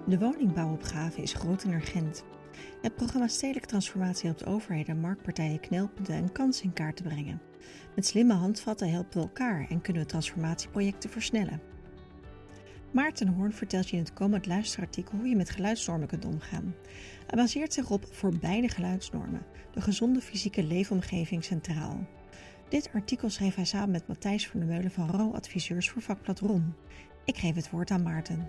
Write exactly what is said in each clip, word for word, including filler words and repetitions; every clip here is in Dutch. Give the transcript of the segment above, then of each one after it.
De woningbouwopgave is groot en urgent. Het programma Stedelijke Transformatie helpt overheden, marktpartijen, knelpunten en kansen in kaart te brengen. Met slimme handvatten helpen we elkaar en kunnen we transformatieprojecten versnellen. Maarten Hoorn vertelt je in het komend luisterartikel hoe je met geluidsnormen kunt omgaan. Hij baseert zich op voor beide geluidsnormen, de gezonde fysieke leefomgeving centraal. Dit artikel schreef hij samen met Matthijs van der Meulen van R O Adviseurs voor vakblad R O N. Ik geef het woord aan Maarten.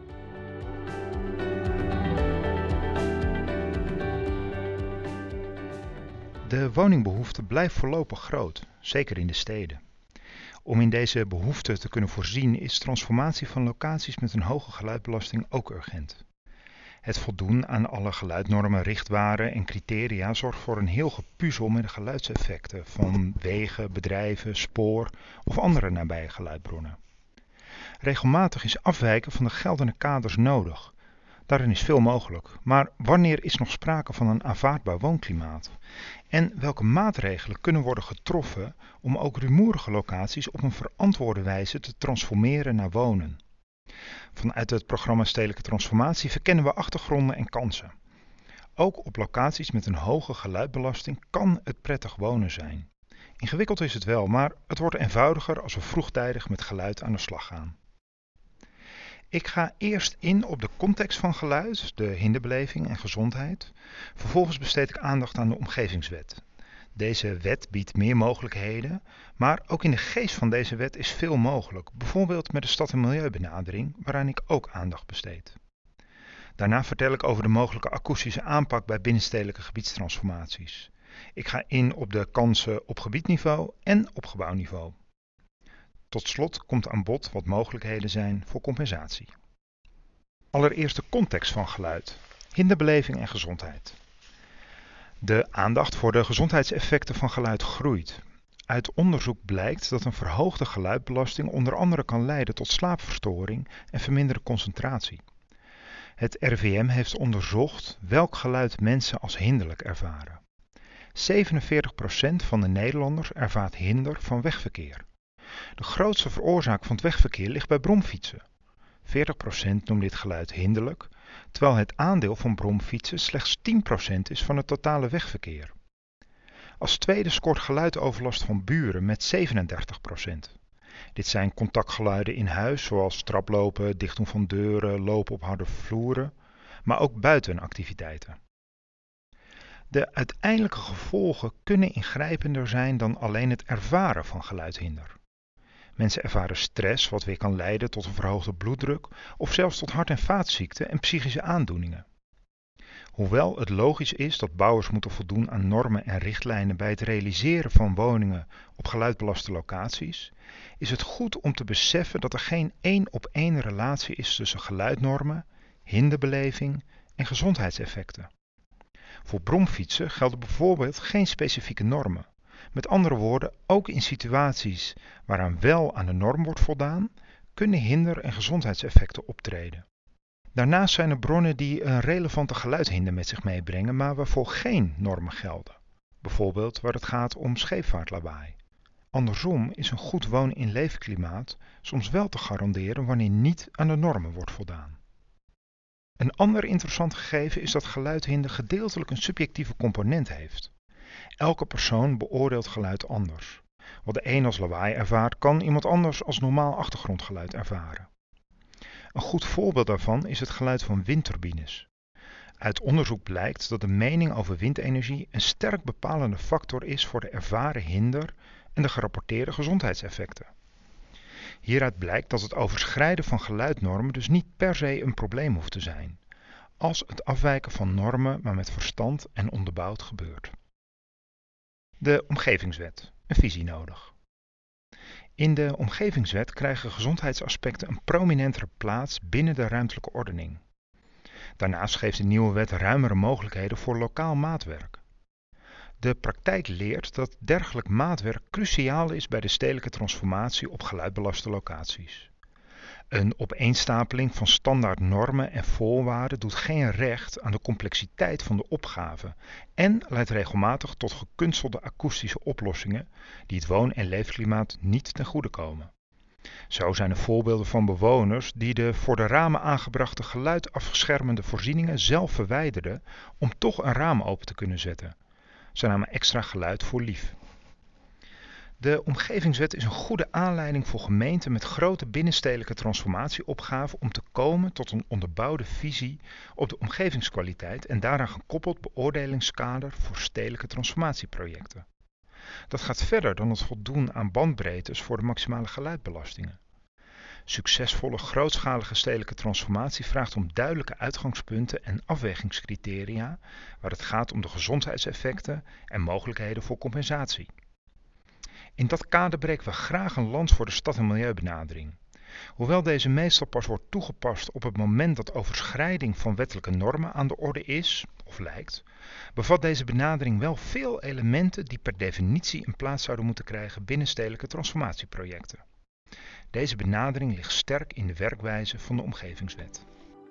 De woningbehoefte blijft voorlopig groot, zeker in de steden. Om in deze behoefte te kunnen voorzien is transformatie van locaties met een hoge geluidbelasting ook urgent. Het voldoen aan alle geluidnormen, richtwaarden en criteria zorgt voor een heel gepuzzel met de geluidseffecten van wegen, bedrijven, spoor of andere nabije geluidbronnen. Regelmatig is afwijken van de geldende kaders nodig. Daarin is veel mogelijk, maar wanneer is nog sprake van een aanvaardbaar woonklimaat? En welke maatregelen kunnen worden getroffen om ook rumoerige locaties op een verantwoorde wijze te transformeren naar wonen? Vanuit het programma Stedelijke Transformatie verkennen we achtergronden en kansen. Ook op locaties met een hoge geluidbelasting kan het prettig wonen zijn. Ingewikkeld is het wel, maar het wordt eenvoudiger als we vroegtijdig met geluid aan de slag gaan. Ik ga eerst in op de context van geluid, de hinderbeleving en gezondheid. Vervolgens besteed ik aandacht aan de omgevingswet. Deze wet biedt meer mogelijkheden, maar ook in de geest van deze wet is veel mogelijk. Bijvoorbeeld met de stad- en milieubenadering, waaraan ik ook aandacht besteed. Daarna vertel ik over de mogelijke akoestische aanpak bij binnenstedelijke gebiedstransformaties. Ik ga in op de kansen op gebiedniveau en op gebouwniveau. Tot slot komt aan bod wat mogelijkheden zijn voor compensatie. Allereerst de context van geluid, hinderbeleving en gezondheid. De aandacht voor de gezondheidseffecten van geluid groeit. Uit onderzoek blijkt dat een verhoogde geluidbelasting onder andere kan leiden tot slaapverstoring en verminderde concentratie. Het R I V M heeft onderzocht welk geluid mensen als hinderlijk ervaren. zevenenveertig procent van de Nederlanders ervaart hinder van wegverkeer. De grootste veroorzaak van het wegverkeer ligt bij bromfietsen. veertig procent noemt dit geluid hinderlijk, terwijl het aandeel van bromfietsen slechts tien procent is van het totale wegverkeer. Als tweede scoort geluidoverlast van buren met zevenendertig procent. Dit zijn contactgeluiden in huis, zoals traplopen, dichtdoen van deuren, lopen op harde vloeren, maar ook buitenactiviteiten. De uiteindelijke gevolgen kunnen ingrijpender zijn dan alleen het ervaren van geluidhinder. Mensen ervaren stress, wat weer kan leiden tot een verhoogde bloeddruk of zelfs tot hart- en vaatziekten en psychische aandoeningen. Hoewel het logisch is dat bouwers moeten voldoen aan normen en richtlijnen bij het realiseren van woningen op geluidbelaste locaties, is het goed om te beseffen dat er geen één op één relatie is tussen geluidnormen, hinderbeleving en gezondheidseffecten. Voor bromfietsen gelden bijvoorbeeld geen specifieke normen. Met andere woorden, ook in situaties waaraan wel aan de norm wordt voldaan, kunnen hinder- en gezondheidseffecten optreden. Daarnaast zijn er bronnen die een relevante geluidhinder met zich meebrengen, maar waarvoor geen normen gelden. Bijvoorbeeld waar het gaat om scheepvaartlawaai. Andersom is een goed wonen in leefklimaat soms wel te garanderen wanneer niet aan de normen wordt voldaan. Een ander interessant gegeven is dat geluidhinder gedeeltelijk een subjectieve component heeft. Elke persoon beoordeelt geluid anders. Wat de een als lawaai ervaart, kan iemand anders als normaal achtergrondgeluid ervaren. Een goed voorbeeld daarvan is het geluid van windturbines. Uit onderzoek blijkt dat de mening over windenergie een sterk bepalende factor is voor de ervaren hinder en de gerapporteerde gezondheidseffecten. Hieruit blijkt dat het overschrijden van geluidnormen dus niet per se een probleem hoeft te zijn, als het afwijken van normen maar met verstand en onderbouwd gebeurt. De omgevingswet, een visie nodig. In de omgevingswet krijgen gezondheidsaspecten een prominentere plaats binnen de ruimtelijke ordening. Daarnaast geeft de nieuwe wet ruimere mogelijkheden voor lokaal maatwerk. De praktijk leert dat dergelijk maatwerk cruciaal is bij de stedelijke transformatie op geluidbelaste locaties. Een opeenstapeling van standaard normen en voorwaarden doet geen recht aan de complexiteit van de opgave en leidt regelmatig tot gekunstelde akoestische oplossingen die het woon- en leefklimaat niet ten goede komen. Zo zijn er voorbeelden van bewoners die de voor de ramen aangebrachte geluidafschermende voorzieningen zelf verwijderden om toch een raam open te kunnen zetten. Ze namen extra geluid voor lief. De Omgevingswet is een goede aanleiding voor gemeenten met grote binnenstedelijke transformatieopgaven om te komen tot een onderbouwde visie op de omgevingskwaliteit en daaraan gekoppeld beoordelingskader voor stedelijke transformatieprojecten. Dat gaat verder dan het voldoen aan bandbreedtes voor de maximale geluidbelastingen. Succesvolle grootschalige stedelijke transformatie vraagt om duidelijke uitgangspunten en afwegingscriteria waar het gaat om de gezondheidseffecten en mogelijkheden voor compensatie. In dat kader breken we graag een lans voor de stad- en milieubenadering. Hoewel deze meestal pas wordt toegepast op het moment dat overschrijding van wettelijke normen aan de orde is, of lijkt, bevat deze benadering wel veel elementen die per definitie een plaats zouden moeten krijgen binnen stedelijke transformatieprojecten. Deze benadering ligt sterk in de werkwijze van de Omgevingswet.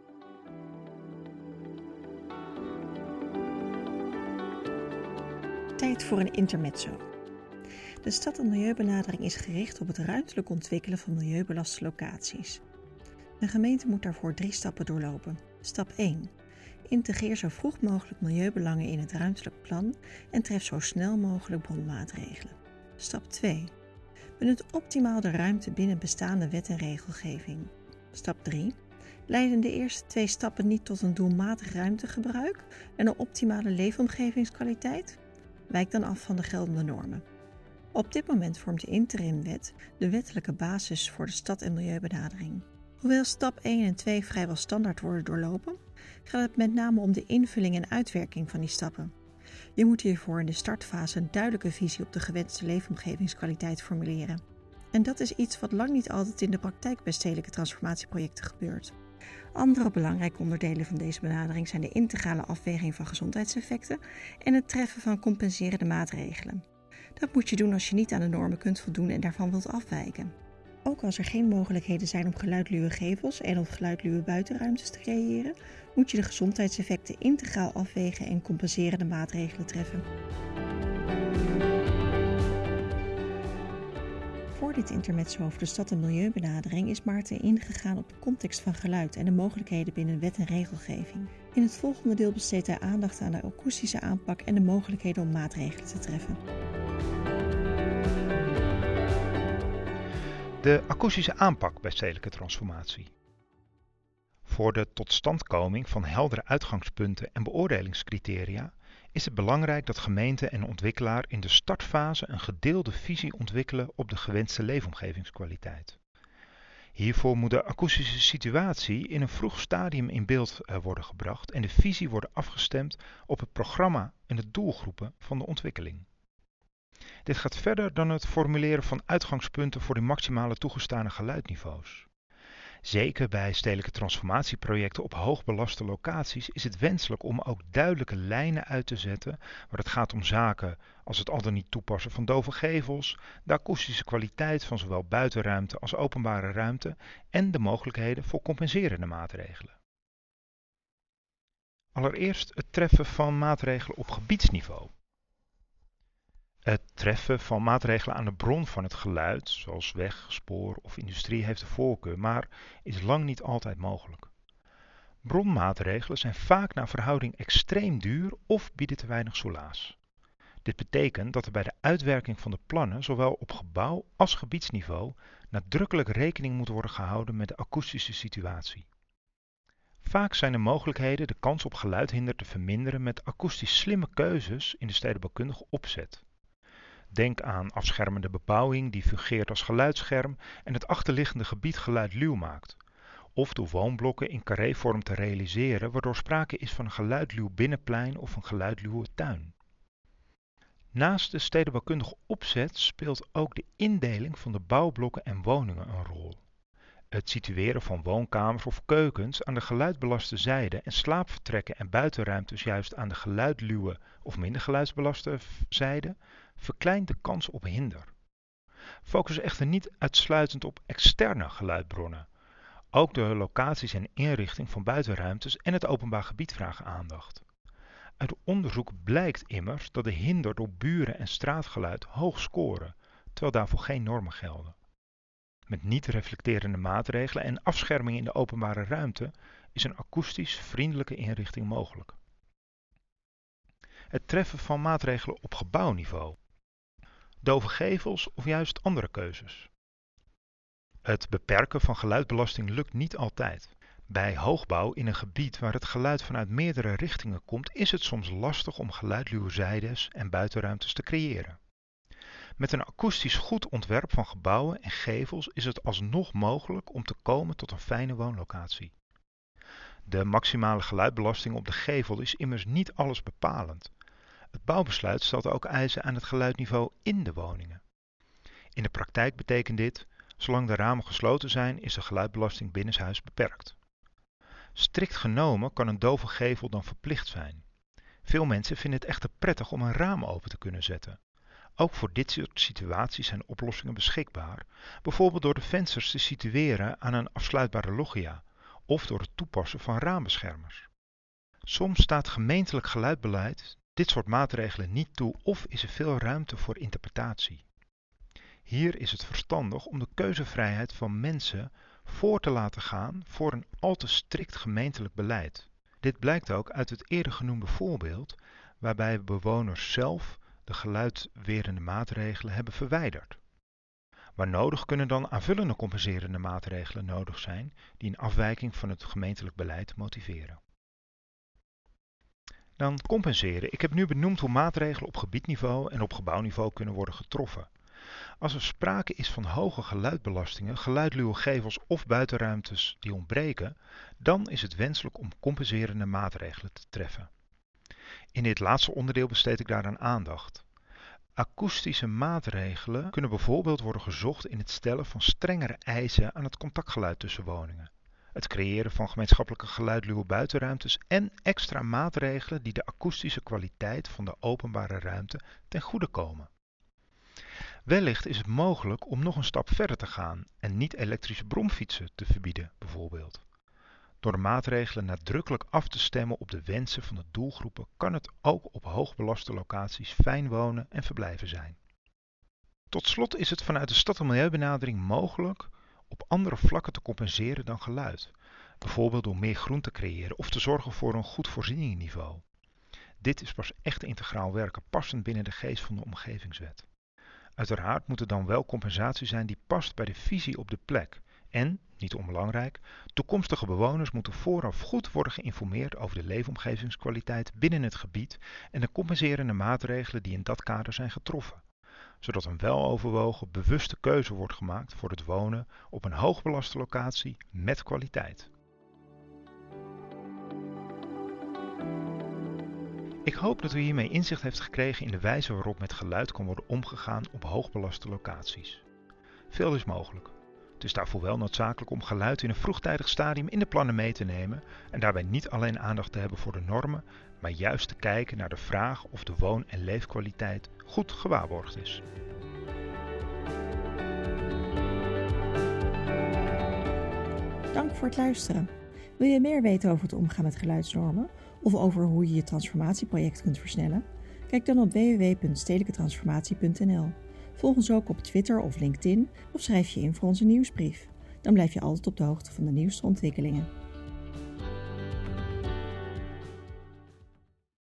Tijd voor een intermezzo. De stad- en milieubenadering is gericht op het ruimtelijk ontwikkelen van milieubelaste locaties. Een gemeente moet daarvoor drie stappen doorlopen. Stap één. Integreer zo vroeg mogelijk milieubelangen in het ruimtelijk plan en tref zo snel mogelijk bronmaatregelen. Stap twee. Benut optimaal de ruimte binnen bestaande wet en regelgeving. Stap drie. Leiden de eerste twee stappen niet tot een doelmatig ruimtegebruik en een optimale leefomgevingskwaliteit? Wijk dan af van de geldende normen. Op dit moment vormt de interimwet de wettelijke basis voor de stad- en milieubenadering. Hoewel stap één en twee vrijwel standaard worden doorlopen, gaat het met name om de invulling en uitwerking van die stappen. Je moet hiervoor in de startfase een duidelijke visie op de gewenste leefomgevingskwaliteit formuleren. En dat is iets wat lang niet altijd in de praktijk bij stedelijke transformatieprojecten gebeurt. Andere belangrijke onderdelen van deze benadering zijn de integrale afweging van gezondheidseffecten en het treffen van compenserende maatregelen. Dat moet je doen als je niet aan de normen kunt voldoen en daarvan wilt afwijken. Ook als er geen mogelijkheden zijn om geluidluwe gevels en of geluidluwe buitenruimtes te creëren, moet je de gezondheidseffecten integraal afwegen en compenserende maatregelen treffen. Voor dit intermezzo over de stad- en milieubenadering is Maarten ingegaan op de context van geluid en de mogelijkheden binnen wet en regelgeving. In het volgende deel besteedt hij aandacht aan de akoestische aanpak en de mogelijkheden om maatregelen te treffen. De akoestische aanpak bij stedelijke transformatie. Voor de totstandkoming van heldere uitgangspunten en beoordelingscriteria is het belangrijk dat gemeente en ontwikkelaar in de startfase een gedeelde visie ontwikkelen op de gewenste leefomgevingskwaliteit. Hiervoor moet de akoestische situatie in een vroeg stadium in beeld worden gebracht en de visie worden afgestemd op het programma en de doelgroepen van de ontwikkeling. Dit gaat verder dan het formuleren van uitgangspunten voor de maximale toegestane geluidniveaus. Zeker bij stedelijke transformatieprojecten op hoogbelaste locaties is het wenselijk om ook duidelijke lijnen uit te zetten waar het gaat om zaken als het al dan niet toepassen van dove gevels, de akoestische kwaliteit van zowel buitenruimte als openbare ruimte en de mogelijkheden voor compenserende maatregelen. Allereerst het treffen van maatregelen op gebiedsniveau. Het treffen van maatregelen aan de bron van het geluid, zoals weg, spoor of industrie, heeft de voorkeur, maar is lang niet altijd mogelijk. Bronmaatregelen zijn vaak naar verhouding extreem duur of bieden te weinig soelaas. Dit betekent dat er bij de uitwerking van de plannen, zowel op gebouw als gebiedsniveau, nadrukkelijk rekening moet worden gehouden met de akoestische situatie. Vaak zijn er mogelijkheden de kans op geluidhinder te verminderen met akoestisch slimme keuzes in de stedenbouwkundige opzet. Denk aan afschermende bebouwing die fungeert als geluidsscherm en het achterliggende gebied geluidluw maakt. Of door woonblokken in carrévorm te realiseren waardoor sprake is van een geluidluw binnenplein of een geluidluwe tuin. Naast de stedenbouwkundige opzet speelt ook de indeling van de bouwblokken en woningen een rol. Het situeren van woonkamers of keukens aan de geluidbelaste zijde en slaapvertrekken en buitenruimtes juist aan de geluidluwe of minder geluidsbelaste zijde verkleint de kans op hinder. Focus echter niet uitsluitend op externe geluidbronnen. Ook de locaties en inrichting van buitenruimtes en het openbaar gebied vragen aandacht. Uit onderzoek blijkt immers dat de hinder door buren en straatgeluid hoog scoren, terwijl daarvoor geen normen gelden. Met niet reflecterende maatregelen en afscherming in de openbare ruimte is een akoestisch vriendelijke inrichting mogelijk. Het treffen van maatregelen op gebouwniveau. Dove gevels of juist andere keuzes. Het beperken van geluidbelasting lukt niet altijd. Bij hoogbouw in een gebied waar het geluid vanuit meerdere richtingen komt, is het soms lastig om geluidluwe zijdes en buitenruimtes te creëren. Met een akoestisch goed ontwerp van gebouwen en gevels is het alsnog mogelijk om te komen tot een fijne woonlocatie. De maximale geluidbelasting op de gevel is immers niet alles bepalend. Het bouwbesluit stelt ook eisen aan het geluidniveau in de woningen. In de praktijk betekent dit, zolang de ramen gesloten zijn, is de geluidbelasting binnenshuis beperkt. Strikt genomen kan een dove gevel dan verplicht zijn. Veel mensen vinden het echter prettig om een raam open te kunnen zetten. Ook voor dit soort situaties zijn oplossingen beschikbaar, bijvoorbeeld door de vensters te situeren aan een afsluitbare loggia of door het toepassen van raambeschermers. Soms staat gemeentelijk geluidbeleid dit soort maatregelen niet toe of is er veel ruimte voor interpretatie. Hier is het verstandig om de keuzevrijheid van mensen voor te laten gaan voor een al te strikt gemeentelijk beleid. Dit blijkt ook uit het eerder genoemde voorbeeld waarbij bewoners zelf de geluidwerende maatregelen hebben verwijderd. Waar nodig kunnen dan aanvullende compenserende maatregelen nodig zijn die een afwijking van het gemeentelijk beleid motiveren. Dan compenseren. Ik heb nu benoemd hoe maatregelen op gebiedniveau en op gebouwniveau kunnen worden getroffen. Als er sprake is van hoge geluidbelastingen, geluidluwe gevels of buitenruimtes die ontbreken, dan is het wenselijk om compenserende maatregelen te treffen. In dit laatste onderdeel besteed ik daaraan aandacht. Akoestische maatregelen kunnen bijvoorbeeld worden gezocht in het stellen van strengere eisen aan het contactgeluid tussen woningen, het creëren van gemeenschappelijke geluidluwe buitenruimtes en extra maatregelen die de akoestische kwaliteit van de openbare ruimte ten goede komen. Wellicht is het mogelijk om nog een stap verder te gaan en niet-elektrische bromfietsen te verbieden bijvoorbeeld. Door de maatregelen nadrukkelijk af te stemmen op de wensen van de doelgroepen kan het ook op hoogbelaste locaties fijn wonen en verblijven zijn. Tot slot is het vanuit de stad- en milieubenadering mogelijk op andere vlakken te compenseren dan geluid. Bijvoorbeeld door meer groen te creëren of te zorgen voor een goed voorzieningenniveau. Dit is pas echt integraal werken, passend binnen de geest van de omgevingswet. Uiteraard moet er dan wel compensatie zijn die past bij de visie op de plek. En, niet onbelangrijk, toekomstige bewoners moeten vooraf goed worden geïnformeerd over de leefomgevingskwaliteit binnen het gebied en de compenserende maatregelen die in dat kader zijn getroffen, zodat een weloverwogen, bewuste keuze wordt gemaakt voor het wonen op een hoogbelaste locatie met kwaliteit. Ik hoop dat u hiermee inzicht heeft gekregen in de wijze waarop met geluid kan worden omgegaan op hoogbelaste locaties. Veel is mogelijk. Het is daarvoor wel noodzakelijk om geluid in een vroegtijdig stadium in de plannen mee te nemen en daarbij niet alleen aandacht te hebben voor de normen, maar juist te kijken naar de vraag of de woon- en leefkwaliteit goed gewaarborgd is. Dank voor het luisteren. Wil je meer weten over het omgaan met geluidsnormen of over hoe je je transformatieproject kunt versnellen? Kijk dan op w w w punt stedelijke transformatie punt n l. Volg ons ook op Twitter of LinkedIn of schrijf je in voor onze nieuwsbrief. Dan blijf je altijd op de hoogte van de nieuwste ontwikkelingen.